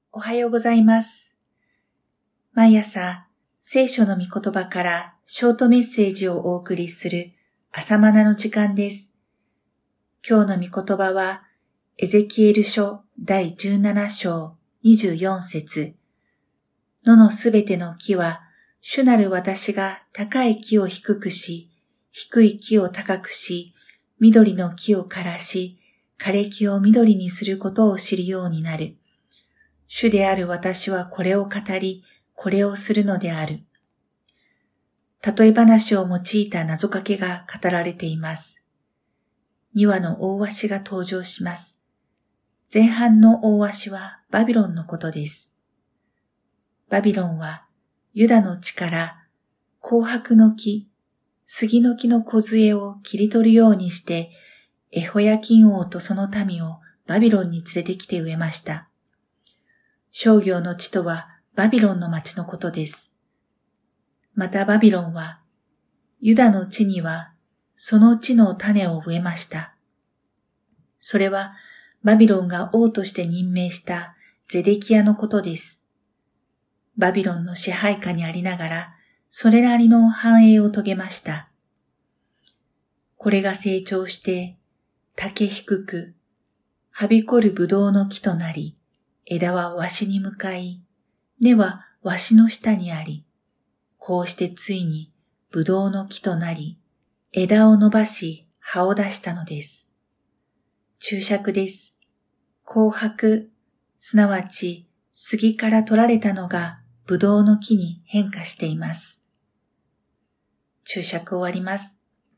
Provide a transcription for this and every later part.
おはようございます。毎朝、聖書の御言葉からショートメッセージをお送りする朝マナの時間です。今日の御言葉は、エゼキエル書第17章24節。野のすべての木は、主なる私が高い木を低くし、低い木を高くし、緑の木を枯らし、枯れ木を緑にすることを知るようになる。主である私はこれを語り、これをするのである。例え話を用いた謎かけが語られています。2羽の大鷲が登場します。前半の大鷲はバビロンのことです。バビロンはユダの地から紅白の木、杉の木の梢を切り取るようにして、エホヤキン王とその民をバビロンに連れてきて植えました。商業の地とはバビロンの町のことです。またバビロンは、ユダの地にはその地の種を植えました。それはバビロンが王として任命したゼデキヤのことです。バビロンの支配下にありながら、それなりの繁栄を遂げました。これが成長して、竹低く、はびこるブドウの木となり、枝はわしに向かい、根はわしの下にあり、こうしてついにブドウの木となり、枝を伸ばし葉を出したのです。注釈です。紅白、すなわち杉から取られたのがブドウの木に変化しています。注釈終わります。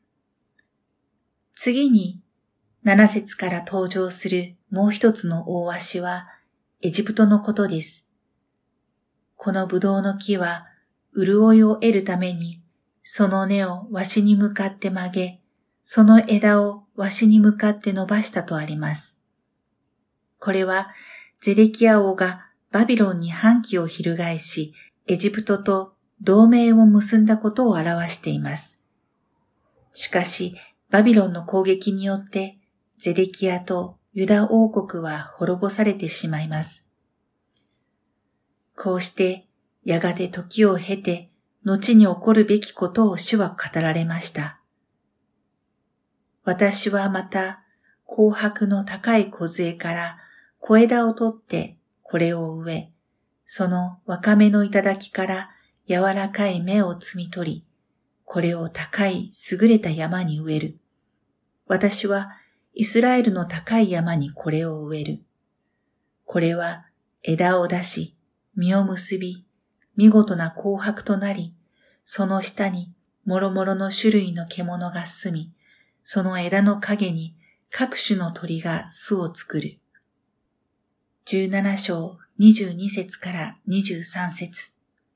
次に7節から登場するもう一つの大鷲はエジプトのことです。このブドウの木は潤いを得るためにその根をわしに向かって曲げ、その枝をわしに向かって伸ばしたとあります。これはゼデキヤ王がバビロンに反旗を翻し、エジプトと同盟を結んだことを表しています。しかし、バビロンの攻撃によって、ゼデキヤとユダ王国は滅ぼされてしまいます。こうして、やがて時を経て、後に起こるべきことを主は語られました。私はまた、紅白の高い梢から小枝を取って、これを植え、その若芽の頂から柔らかい芽を摘み取り、これを高い優れた山に植える。私はイスラエルの高い山にこれを植える。これは枝を出し、実を結び、見事な紅白となり、その下にもろもろの種類の獣が住み、その枝の陰に各種の鳥が巣を作る。17章22節から23節。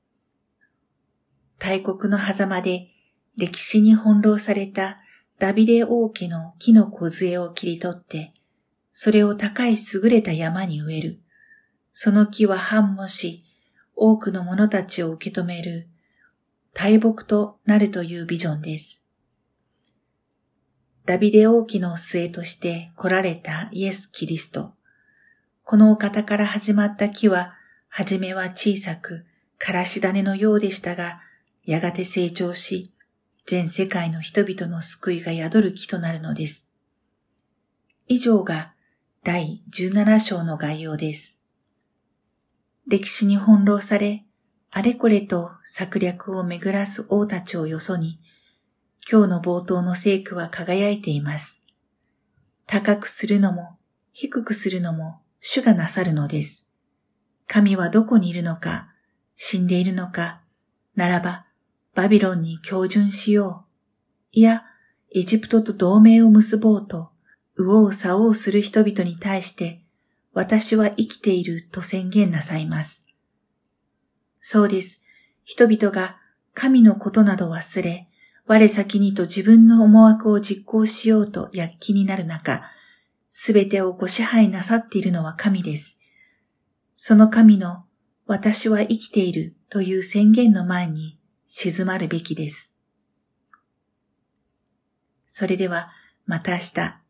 大国の狭間で歴史に翻弄されたダビデ王家の木の梢を切り取って、それを高い優れた山に植える。その木は繁茂し、多くの者たちを受け止める大木となるというビジョンです。ダビデ王家の末として来られたイエス・キリスト。このお方から始まった木は、はじめは小さく、からし種のようでしたが、やがて成長し、全世界の人々の救いが宿る木となるのです。以上が第17章の概要です。歴史に翻弄され、あれこれと策略を巡らす王たちをよそに、今日の冒頭の聖句は輝いています。高くするのも低くするのも主がなさるのです。神はどこにいるのか、死んでいるのか、ならばバビロンに恭順しよう。いや、エジプトと同盟を結ぼうと、右往左往する人々に対して、私は生きていると宣言なさいます。そうです。人々が神のことなど忘れ、我先にと自分の思惑を実行しようと躍起になる中、すべてをご支配なさっているのは神です。その神の私は生きているという宣言の前に静まるべきです。それではまた明日。